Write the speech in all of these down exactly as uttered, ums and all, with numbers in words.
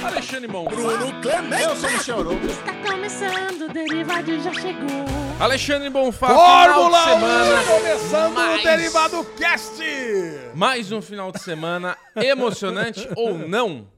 Alexandre Bonfá. Bruno Clemente. Eu sou o Michel Arouca. Está começando, o Derivado já chegou. Alexandre Bonfá, Fórmula final de semana. um, começando mais... o Derivado Cast. Mais um final de semana emocionante ou não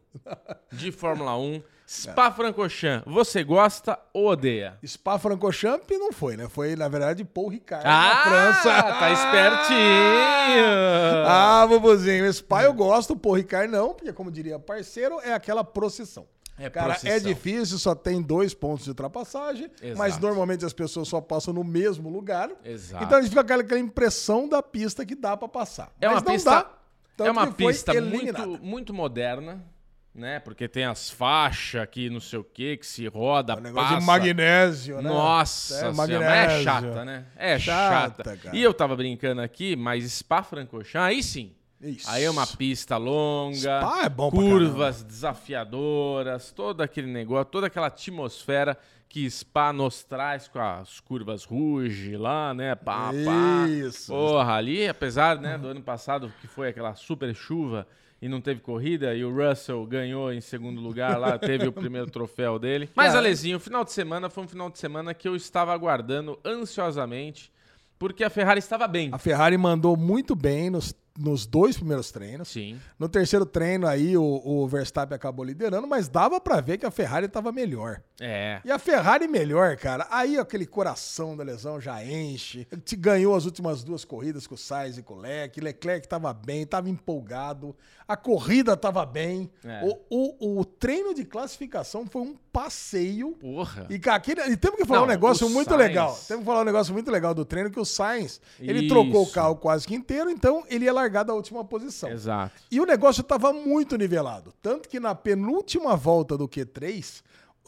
de Fórmula um. Spa-Francorchamps, você gosta ou odeia? Spa-Francorchamps não foi, né? Foi, na verdade, Paul Ricard Ah, na França. tá espertinho. Ah, Bubuzinho, Spa eu gosto, Paul Ricard não, porque, como diria parceiro, é aquela procissão. É Cara, procissão. é difícil, só tem dois pontos de ultrapassagem, Exato. mas normalmente as pessoas só passam no mesmo lugar. Exato. Então a gente fica com aquela, aquela impressão da pista que dá pra passar. É mas uma não pista, dá, tanto é uma que foi pista eliminada. muito, muito moderna, né? Porque tem as faixas aqui, não sei o que, que se roda, O negócio passa. de magnésio, né? Nossa, é, senhora, magnésio. mas é chata, né? É chata. Chata, cara. E eu tava brincando aqui, mas Spa-Francorchamps, aí sim. Isso. Aí é uma pista longa, Spa é bom pra curvas desafiadoras, todo aquele negócio, toda aquela atmosfera que Spa nos traz com as curvas Rouge lá, né? Pá, pá. Isso. Porra, ali, apesar, né, do ano passado, que foi aquela super chuva e não teve corrida, e o Russell ganhou em segundo lugar lá, teve o primeiro troféu dele. Mas, Cara, Alezinho, o final de semana foi um final de semana que eu estava aguardando ansiosamente, porque a Ferrari estava bem. A Ferrari mandou muito bem nos, nos dois primeiros treinos. Sim. No terceiro treino aí o, o Verstappen acabou liderando, mas dava pra ver que a Ferrari tava melhor. É. E a Ferrari melhor, cara, aí aquele coração da lesão já enche. Te ganhou as últimas duas corridas com o Sainz e com o Leclerc. Leclerc tava bem, tava empolgado. A corrida tava bem. É. O, o, o treino de classificação foi um passeio. Porra. E, cara, aquele, e temos que falar Não, um negócio o muito Sainz- legal. Temos que falar um negócio muito legal do treino, que o Sainz, ele Isso. trocou o carro quase que inteiro, então ele ia largar da última posição. Exato. E o negócio estava muito nivelado. Tanto que na penúltima volta do Q três,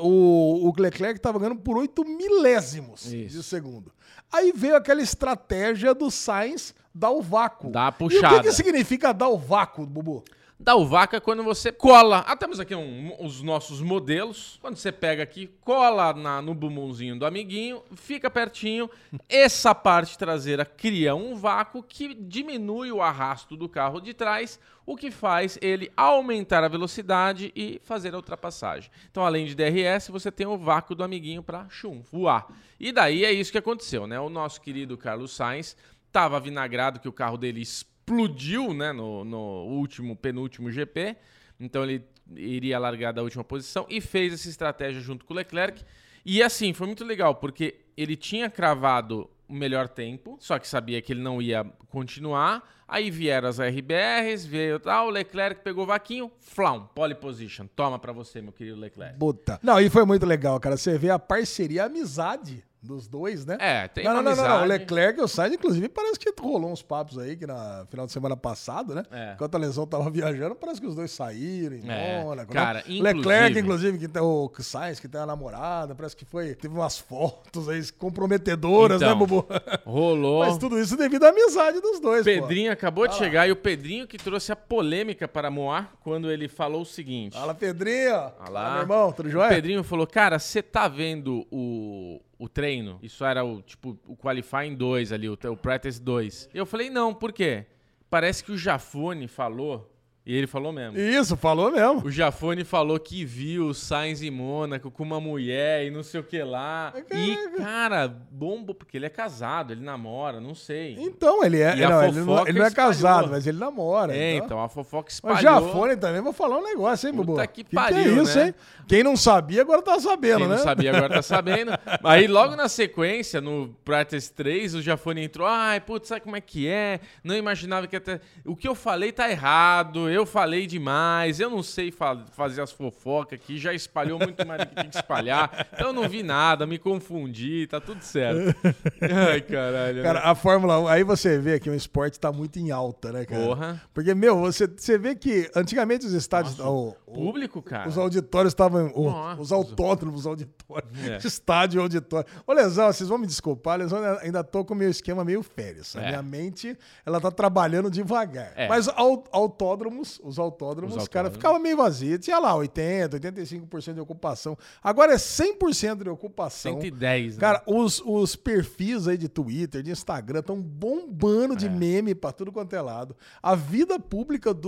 o, o Leclerc estava ganhando por oito milésimos Isso. de segundo. Aí veio aquela estratégia do Sainz dar o vácuo. Dá a E o puxada. que, que significa dar o vácuo, Bubu? Dá o vaca quando você cola. Ah, temos aqui um- os nossos modelos. Quando você pega aqui, cola na- no bumbumzinho do amiguinho, fica pertinho. Essa parte traseira cria um vácuo que diminui o arrasto do carro de trás, o que faz ele aumentar a velocidade e fazer a ultrapassagem. Então, além de D R S, você tem o vácuo do amiguinho para chum, voar. E daí é isso que aconteceu, né? O nosso querido Carlos Sainz estava vinagrado que o carro dele explodiu, né, no, no último, penúltimo G P, então ele iria largar da última posição e fez essa estratégia junto com o Leclerc. E assim, foi muito legal, porque ele tinha cravado o melhor tempo, só que sabia que ele não ia continuar. Aí vieram as R B Rs, veio tal, o Leclerc pegou o vaquinho, flam, pole position. Toma pra você, meu querido Leclerc. Puta. Não, e foi muito legal, cara. Você vê a parceria, a amizade dos dois, né? É, tem não, uma não, não, não, amizade. O Leclerc e o Sainz, inclusive, parece que rolou uns papos aí que na final de semana passado, né? É. Enquanto a lesão tava viajando, parece que os dois saíram em É, Mônaco, cara, né? inclusive- Leclerc, inclusive, que tem o Sainz, que tem a namorada, parece que foi, teve umas fotos aí comprometedoras, Então, né, Bubu? Rolou. Mas tudo isso devido à amizade dos dois, Pedrinho acabou de Vai lá. chegar e o Pedrinho que trouxe a polêmica para Moá quando ele falou o seguinte. pô. Fala, Pedrinho. Olha Fala, lá. meu irmão, tudo O jóia? Pedrinho falou, cara, você tá vendo o, o treino? Isso era o, tipo, o Qualifying dois ali, o, o Practice dois. E eu falei, não, por quê? Parece que o Jafone falou, e ele falou mesmo. Isso, falou mesmo. O Jafone falou que viu o Sainz em Mônaco com uma mulher e não sei o que lá. E, cara, bombo, porque ele é casado, ele namora, não sei. Então, ele é, E a não, ele, não, fofoca ele não é espalhou. casado, mas ele namora. É, então, a fofoca espalhou. Mas Jafone também, vou falar um negócio, hein, Bubu? Puta que que pariu, é isso, né? hein? Quem não sabia, agora tá sabendo, Quem né? não sabia agora tá sabendo. Aí logo na sequência, no Practice três, o Jafone entrou. Ai, putz, sabe como é que é? Não imaginava que até... O que eu falei tá errado, eu falei demais, eu não sei fa- fazer as fofocas aqui, já espalhou muito mais do que tinha que espalhar. Então eu não vi nada, me confundi, tá tudo certo. Ai, caralho. Cara, a Fórmula um, aí você vê que o esporte tá muito em alta, né, cara? Porra. Porque, meu, você, você vê que antigamente os estádios... o- o- Público, cara. Os auditórios estavam... o- Nossa. Os autódromos, auditórios. É. Estádio e auditório. Ô, Lesão, vocês vão me desculpar, Lesão, eu ainda tô com o meu esquema meio férias. A É. minha mente, ela tá trabalhando devagar. É. Mas au- autódromos, os autódromos, Os cara, autódromos. ficava meio vazio. Tinha lá oitenta, oitenta e cinco por cento de ocupação. Agora é cem por cento de ocupação. cento e dez, né? Cara, os, os perfis aí de Twitter, de Instagram, estão bombando de É. meme pra tudo quanto é lado. A vida pública dos,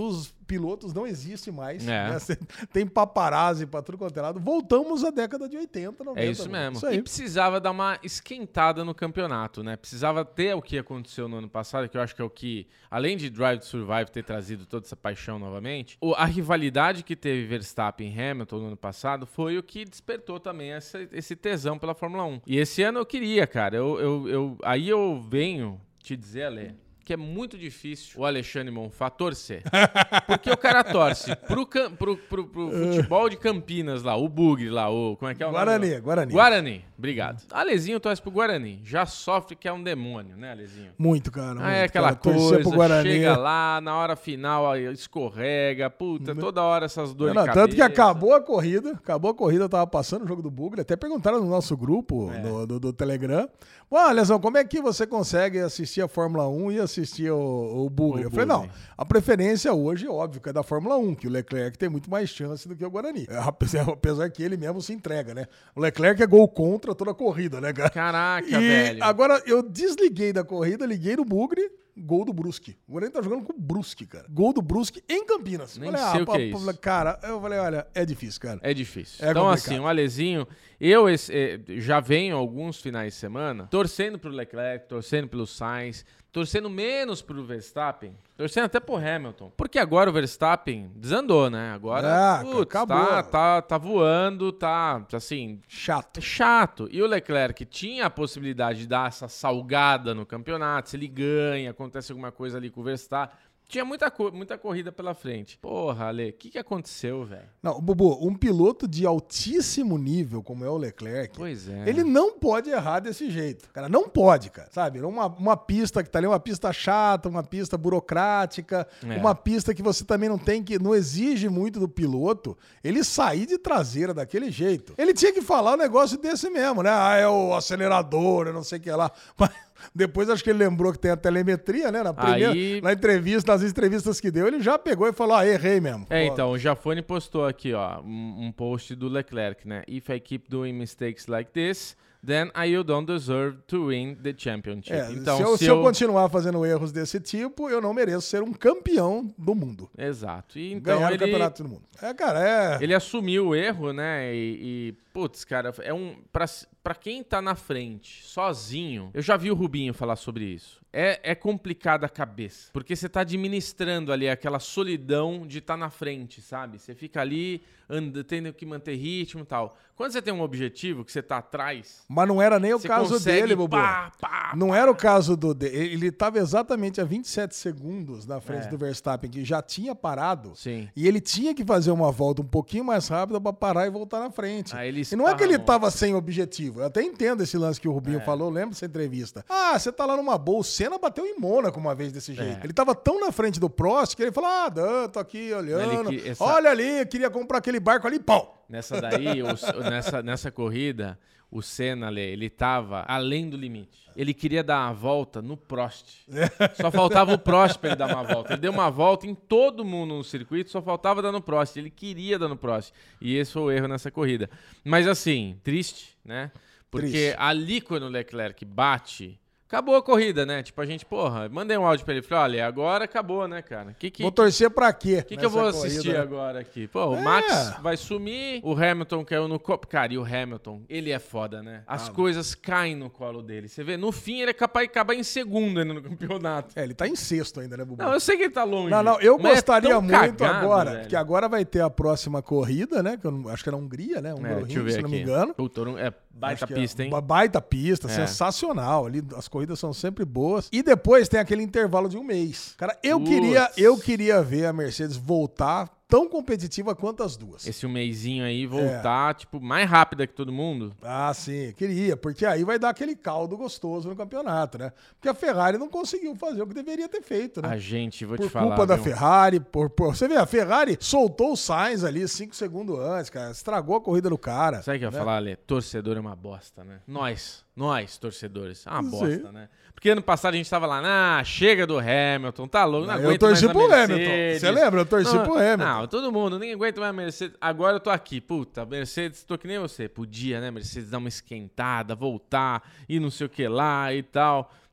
pilotos não existe mais. É. Né? Tem paparazzi pra tudo quanto é lado. Voltamos à década de oitenta, noventa. É isso mesmo. Isso aí. E precisava dar uma esquentada no campeonato, né? Precisava ter o que aconteceu no ano passado, que eu acho que é o que, além de Drive to Survive ter trazido toda essa paixão novamente, o, a rivalidade que teve Verstappen e Hamilton no ano passado foi o que despertou também essa, esse tesão pela Fórmula um. E esse ano eu queria, cara. Eu, eu, eu, aí eu venho te dizer, Ale, que é muito difícil o Alexandre Monfá torcer. Porque o cara torce pro, pro, pro, pro futebol de Campinas lá, o Bugre lá, o... Como é que é o Guarani, nome? Guarani. Guarani, obrigado. Alezinho torce pro Guarani. Já sofre que é um demônio, né, Alezinho? Muito, cara. Ah, muito, é aquela cara. Torcer pro coisa, Guarani. chega lá, na hora final aí escorrega, puta, toda hora essas dores Não, de não, cabeça. tanto que acabou a corrida, acabou a corrida, eu tava passando o jogo do Bugre, até perguntaram no nosso grupo, É. no, do, do Telegram, ah, Lesão, como é que você consegue assistir a Fórmula um e assistir o, o Bugre? O Eu falei, Bugre. não, a preferência hoje, óbvio, que é da Fórmula um, que o Leclerc tem muito mais chance do que o Guarani. Apesar, apesar que ele mesmo se entrega, né? O Leclerc é gol contra toda a corrida, né, cara? Caraca, E velho. agora eu desliguei da corrida, liguei no Bugre, gol do Brusque. O Guarani tá jogando com o Brusque, cara. Gol do Brusque em Campinas. Nem falei, sei ah, o que é isso. Cara, eu falei, olha, é difícil, cara. É difícil. É então, complicado. assim, o Alezinho, eu esse, eh, já venho alguns finais de semana torcendo pro Leclerc, torcendo pelo Sainz, torcendo menos pro Verstappen, torcendo até pro Hamilton. Porque agora o Verstappen desandou, né? Agora, Ah, putz, acabou. tá, tá, tá voando, tá, assim, Chato. é chato. E o Leclerc tinha a possibilidade de dar essa salgada no campeonato, se ele ganha, acontece alguma coisa ali com o Verstappen. Tinha muita, co- muita corrida pela frente. Porra, Ale, o que, que aconteceu, velho? Não, Bubu, um piloto de altíssimo nível, como é o Leclerc, Pois é. ele não pode errar desse jeito. Cara, não pode, cara. Sabe? Uma, uma pista que tá ali, uma pista chata, uma pista burocrática, É. uma pista que você também não tem que, não exige muito do piloto, ele sair de traseira daquele jeito. Ele tinha que falar um negócio desse mesmo, né? Ah, é o acelerador, eu não sei o que lá. Mas depois acho que ele lembrou que tem a telemetria, né? Na primeira, Aí- na entrevista, nas entrevistas que deu, ele já pegou e falou, ah, errei mesmo. É, Pô, então, o Jafone postou aqui, ó, um, um post do Leclerc, né? If I keep doing mistakes like this, then I don't deserve to win the championship. É, então, se, eu, se eu continuar fazendo erros desse tipo, eu não mereço ser um campeão do mundo. Exato. E então Ganhar o ele, campeonato do mundo. É, cara, é... ele assumiu o erro, né? E, e, putz, cara, é um pra, pra quem tá na frente, sozinho, eu já vi o Rubinho falar sobre isso. É, é complicada a cabeça, porque você tá administrando ali aquela solidão de estar tá na frente, sabe? Você fica ali anda, tendo que manter ritmo e tal. Quando você tem um objetivo que você tá atrás, Mas não era nem o você caso consegue dele, Bubu. pá, pá, Não era o caso do... de- Ele estava exatamente a vinte e sete segundos na frente É. do Verstappen, que já tinha parado. Sim. E ele tinha que fazer uma volta um pouquinho mais rápida para parar e voltar na frente. Aí ele E não é que ele esparramou. estava sem objetivo. Eu até entendo esse lance que o Rubinho É. falou, lembra dessa entrevista. Ah, você tá lá numa boa. O Senna bateu em Mônaco uma vez desse jeito. É. Ele tava tão na frente do Prost que ele falou, ah, Dan, tô aqui olhando. Ele que- essa- Olha ali, eu queria comprar aquele barco ali, pau. Nessa daí, o- nessa, nessa corrida, o Senna, Ale, ele tava além do limite. Ele queria dar uma volta no Prost. Só faltava o Prost pra ele dar uma volta. Ele deu uma volta em todo mundo no circuito, só faltava dar no Prost. Ele queria dar no Prost. E esse foi o erro nessa corrida. Mas assim, triste, né? Porque Triste. ali quando o Leclerc bate... Acabou a corrida, né? Tipo, a gente, porra, mandei um áudio pra ele. Falei, olha, agora acabou, né, cara? Que que, Vou torcer pra quê? O que, que eu vou nessa assistir corrida, né? agora aqui? Pô, o É. Max vai sumir, o Hamilton caiu no copo. Cara, e o Hamilton, ele é foda, né? As Ah, coisas caem no colo dele. Você vê, no fim ele é capaz de acabar em segundo ainda no campeonato. É, ele tá em sexto ainda, né, Bubu? Não, eu sei que ele tá longe. Não, não, eu mas é gostaria tão muito cagado, agora, velho. que agora vai ter a próxima corrida, né? Que eu não- acho que é na Hungria, né? É, Hungaroring, deixa eu ver se não me aqui. engano. Puta, é baita Acho que pista, é hein? uma baita pista, É. sensacional. Ali as corridas são sempre boas. E depois tem aquele intervalo de um mês. Cara, eu Putz. queria, eu queria ver a Mercedes voltar tão competitiva quanto as duas. Esse um mêsinho aí É. voltar, tipo, mais rápida que todo mundo. Ah, sim, queria, porque aí vai dar aquele caldo gostoso no campeonato, né? Porque a Ferrari não conseguiu fazer o que deveria ter feito, né? A gente, vou Por te falar. culpa da viu? Ferrari, por, por- você vê, a Ferrari soltou o Sainz ali cinco segundos antes, cara, estragou a corrida do cara. Sabe o que eu ia né? falar, Ale? Torcedor é uma bosta, né? Nós, nós, torcedores, é uma Sim. bosta, né? Porque ano passado a gente tava lá, ah, chega do Hamilton, tá louco, não Eu aguento torci mais a pro Mercedes. Hamilton. Você lembra? Eu torci não, pro Hamilton. Não, todo mundo, ninguém aguenta mais a Mercedes. Agora eu tô aqui, puta, Mercedes, tô que nem você. Podia, né, Mercedes dar uma esquentada, voltar e não sei o que lá e tal.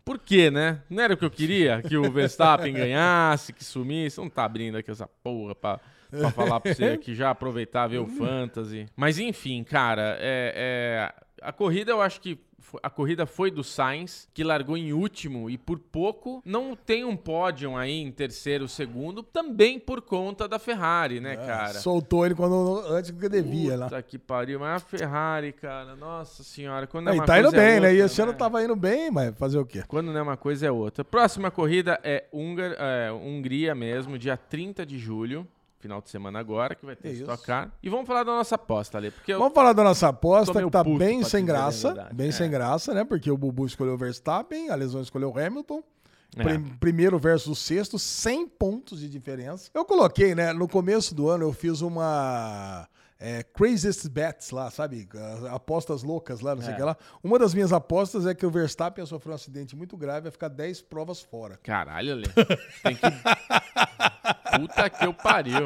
Por quê, né? Não era o que eu queria? Que o Verstappen ganhasse, que sumisse. Não tá abrindo aqui essa porra pra, pra falar pra você aqui, já aproveitar, ver o Fantasy. Mas enfim, cara, é, é, a corrida eu acho que a corrida foi do Sainz, que largou em último e por pouco não tem um pódio aí em terceiro, segundo, também por conta da Ferrari, né, É, cara? soltou ele quando, antes do que devia, né? Puta que pariu, mas a Ferrari, cara, nossa senhora, quando é Aí uma tá coisa indo bem, é outra, né? E esse ano tava indo bem, mas fazer o quê? Quando não é uma coisa é outra. Próxima corrida é, Hungar, é Hungria mesmo, dia trinta de julho. Final de semana agora, que vai ter Isso. Stock Car. E vamos falar da nossa aposta ali, porque eu... Vamos falar da nossa tô aposta, meio que tá puto, bem pra sem te dizer a graça. verdade. Bem É. sem graça, né? Porque o Bubu escolheu o Verstappen, a Lesão escolheu o Hamilton. É. Prim- Primeiro versus sexto, cem pontos de diferença. Eu coloquei, né? No começo do ano eu fiz uma é, Craziest Bets lá, sabe? Ah, Apostas loucas lá, não sei o É. que lá. Uma das minhas apostas é que o Verstappen ia sofrer um acidente muito grave, vai ficar dez provas fora. Caralho, Ale. Tem que... Puta que eu pariu.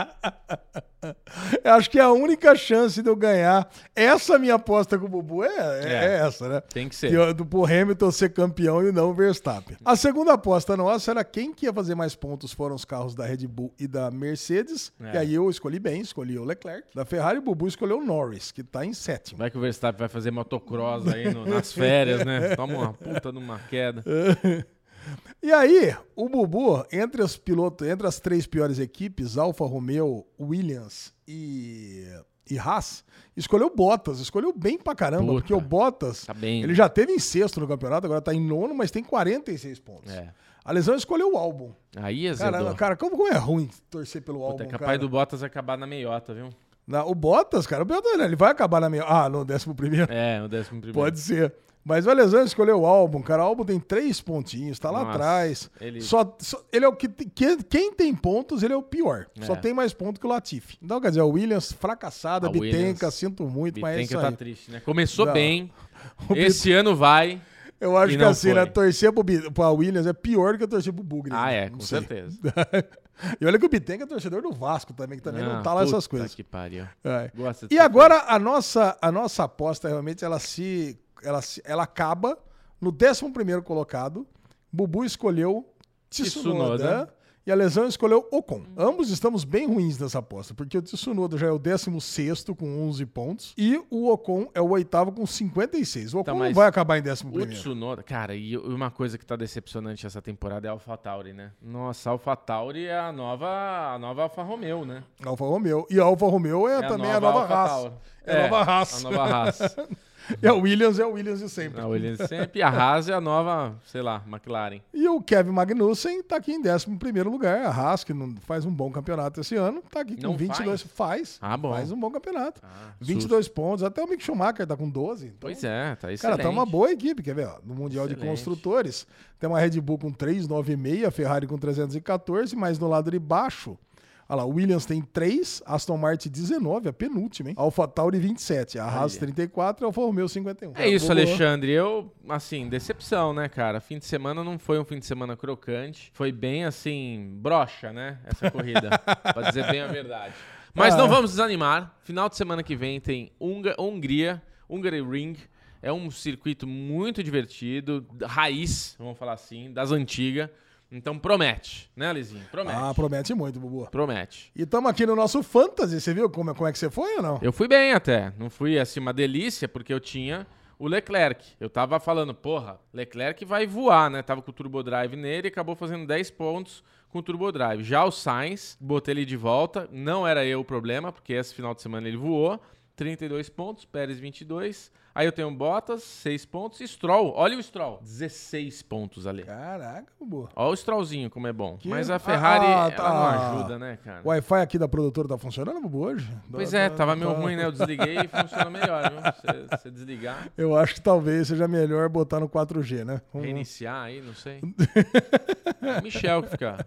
Eu acho que é a única chance de eu ganhar. Essa minha aposta com o Bubu é, é, É. é essa, né? Tem que ser. Que eu- do pro Hamilton ser campeão e não o Verstappen. A segunda aposta nossa era quem que ia fazer mais pontos foram os carros da Red Bull e da Mercedes. É. E aí eu escolhi bem, escolhi o Leclerc. Da Ferrari, o Bubu escolheu o Norris, que tá em sétimo. Vai que o Verstappen vai fazer motocross aí no- nas férias, né? Toma uma puta numa queda. E aí, o Bubu, entre os pilotos, entre as três piores equipes, Alfa Romeo, Williams e, e Haas, escolheu Bottas, escolheu bem pra caramba, Puta. porque o Bottas, Tá bem. ele já teve em sexto no campeonato, agora tá em nono, mas tem quarenta e seis pontos. É. A Lesão escolheu o Albon. Aí azedou. Cara, cara como, como é ruim torcer pelo Puta, Albon, é capaz cara. do Bottas acabar na meiota, viu? Na- o Bottas, cara, o Bottas, ele vai acabar na meia... Ah, no décimo primeiro. É, o décimo primeiro. Pode ser. Mas o Alessandro escolheu o álbum, cara. O álbum tem três pontinhos, tá lá Nossa, atrás. ele- Só, só- ele é o que, que- Quem tem pontos, ele é o pior. É. Só tem mais pontos que o Latifi. Então, quer dizer, o Williams fracassada, A Bitenca, Williams- sinto muito, mas é Bitenca isso tá aí. triste, né? Começou Não. bem. O Bit- Esse ano vai. Eu acho e que não assim, foi. né? Torcer pro, Bi- pra Williams é pior do que torcer pro Bugre. Ah, é, Não com sei. certeza. E olha que o Bitenca é torcedor do Vasco também, que também não, Ah, tá lá puta essas coisas. que pariu. É. Gosta de E ser agora a nossa, a nossa aposta realmente ela se, ela se ela acaba no décimo primeiro colocado. Bubu escolheu Tsunoda, Tsunoda. e a Lesão escolheu Ocon. Ambos estamos bem ruins nessa aposta, porque o Tsunoda já é o décimo sexto com onze pontos e o Ocon é o oitavo com cinquenta e seis. O Ocon Tá, não mas vai acabar em décimo O primeiro. Tsunoda, cara, e uma coisa que tá decepcionante essa temporada é a AlphaTauri, né? Nossa, a AlphaTauri é a nova, a nova Alfa Romeo, né? Alfa Romeo. E a Alfa Romeo é, É também a nova raça. AlphaTauri. É a nova raça. A nova raça. E a Williams é o Williams de sempre. A Williams sempre. E a Haas é a nova, sei lá, McLaren. E o Kevin Magnussen tá aqui em décimo primeiro lugar. A Haas, que não faz um bom campeoanato esse ano, tá aqui com Não vinte e dois. Faz? Ah, bom. Faz um bom campeonato. Ah, vinte e dois pontos. Até o Mick Schumacher tá com doze. Então, Pois é, tá excelente. cara, tá uma boa equipe, quer ver? Ó, no Mundial de Excelente. Construtores, tem uma Red Bull com três nove seis, a Ferrari com trezentos e quatorze, mas no lado de baixo, olha lá, o Williams tem três, Aston Martin dezenove, a penúltima, hein? AlphaTauri vinte e sete, a Haas Olha. trinta e quatro e a Alfa Romeo cinquenta e um. É isso, Boa. Alexandre. Eu, assim, decepção, né, cara? Fim de semana não foi um fim de semana crocante. Foi bem, assim, broxa, né? Essa corrida. Pra dizer bem a verdade. Mas Ah. não vamos desanimar. Final de semana que vem tem Hunga- Hungria, Hungary Ring. É um circuito muito divertido, raiz, vamos falar assim, das antigas. Então promete, né, Lizinho? Promete. Ah, promete muito, Bubu. Promete. E estamos aqui no nosso Fantasy, você viu como, é- como é que você foi ou não? Eu fui bem até. Não fui assim uma delícia, porque eu tinha o Leclerc. Eu tava falando, porra, Leclerc vai voar, né? Tava com o Turbo Drive nele e acabou fazendo dez pontos com o Turbo Drive. Já o Sainz, botei ele de volta. Não era eu o problema, porque esse final de semana ele voou. trinta e dois pontos, Pérez vinte e dois. Aí eu tenho Bottas, seis pontos. E Stroll, olha o Stroll, dezesseis pontos ali. Caraca, Bubu. Olha o Strollzinho como é bom. Que- Mas a Ferrari, Ah, ela tá. não ajuda, né, cara? O Wi-Fi aqui da produtora tá funcionando, Bubu, hoje? Pois Tá- é, tá- tava meio tá- ruim, né? Eu desliguei e funciona melhor, viu? Você- Você desligar, Eu acho que talvez seja melhor botar no quatro G, né? Vamos- reiniciar aí, não sei. É o Michel que fica.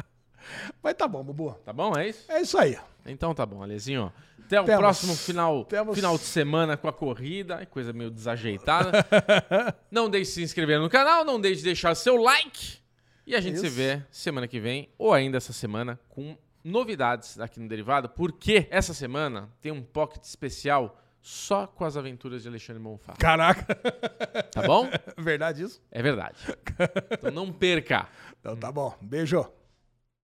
Mas tá bom, Bubu. Tá bom? É isso? É isso aí. Então tá bom, Alezinho. Até o Temos- próximo final, temos- final de semana com a corrida. Ai, coisa meio desajeitada. Não deixe de se inscrever no canal, não deixe de deixar seu like. E a gente Isso. se vê semana que vem, ou ainda essa semana, com novidades aqui no Derivado. Porque essa semana tem um pocket especial só com as aventuras de Alexandre Bonfá. Caraca. Tá bom? Verdade isso? É verdade. Então não perca. Então tá bom. Beijo.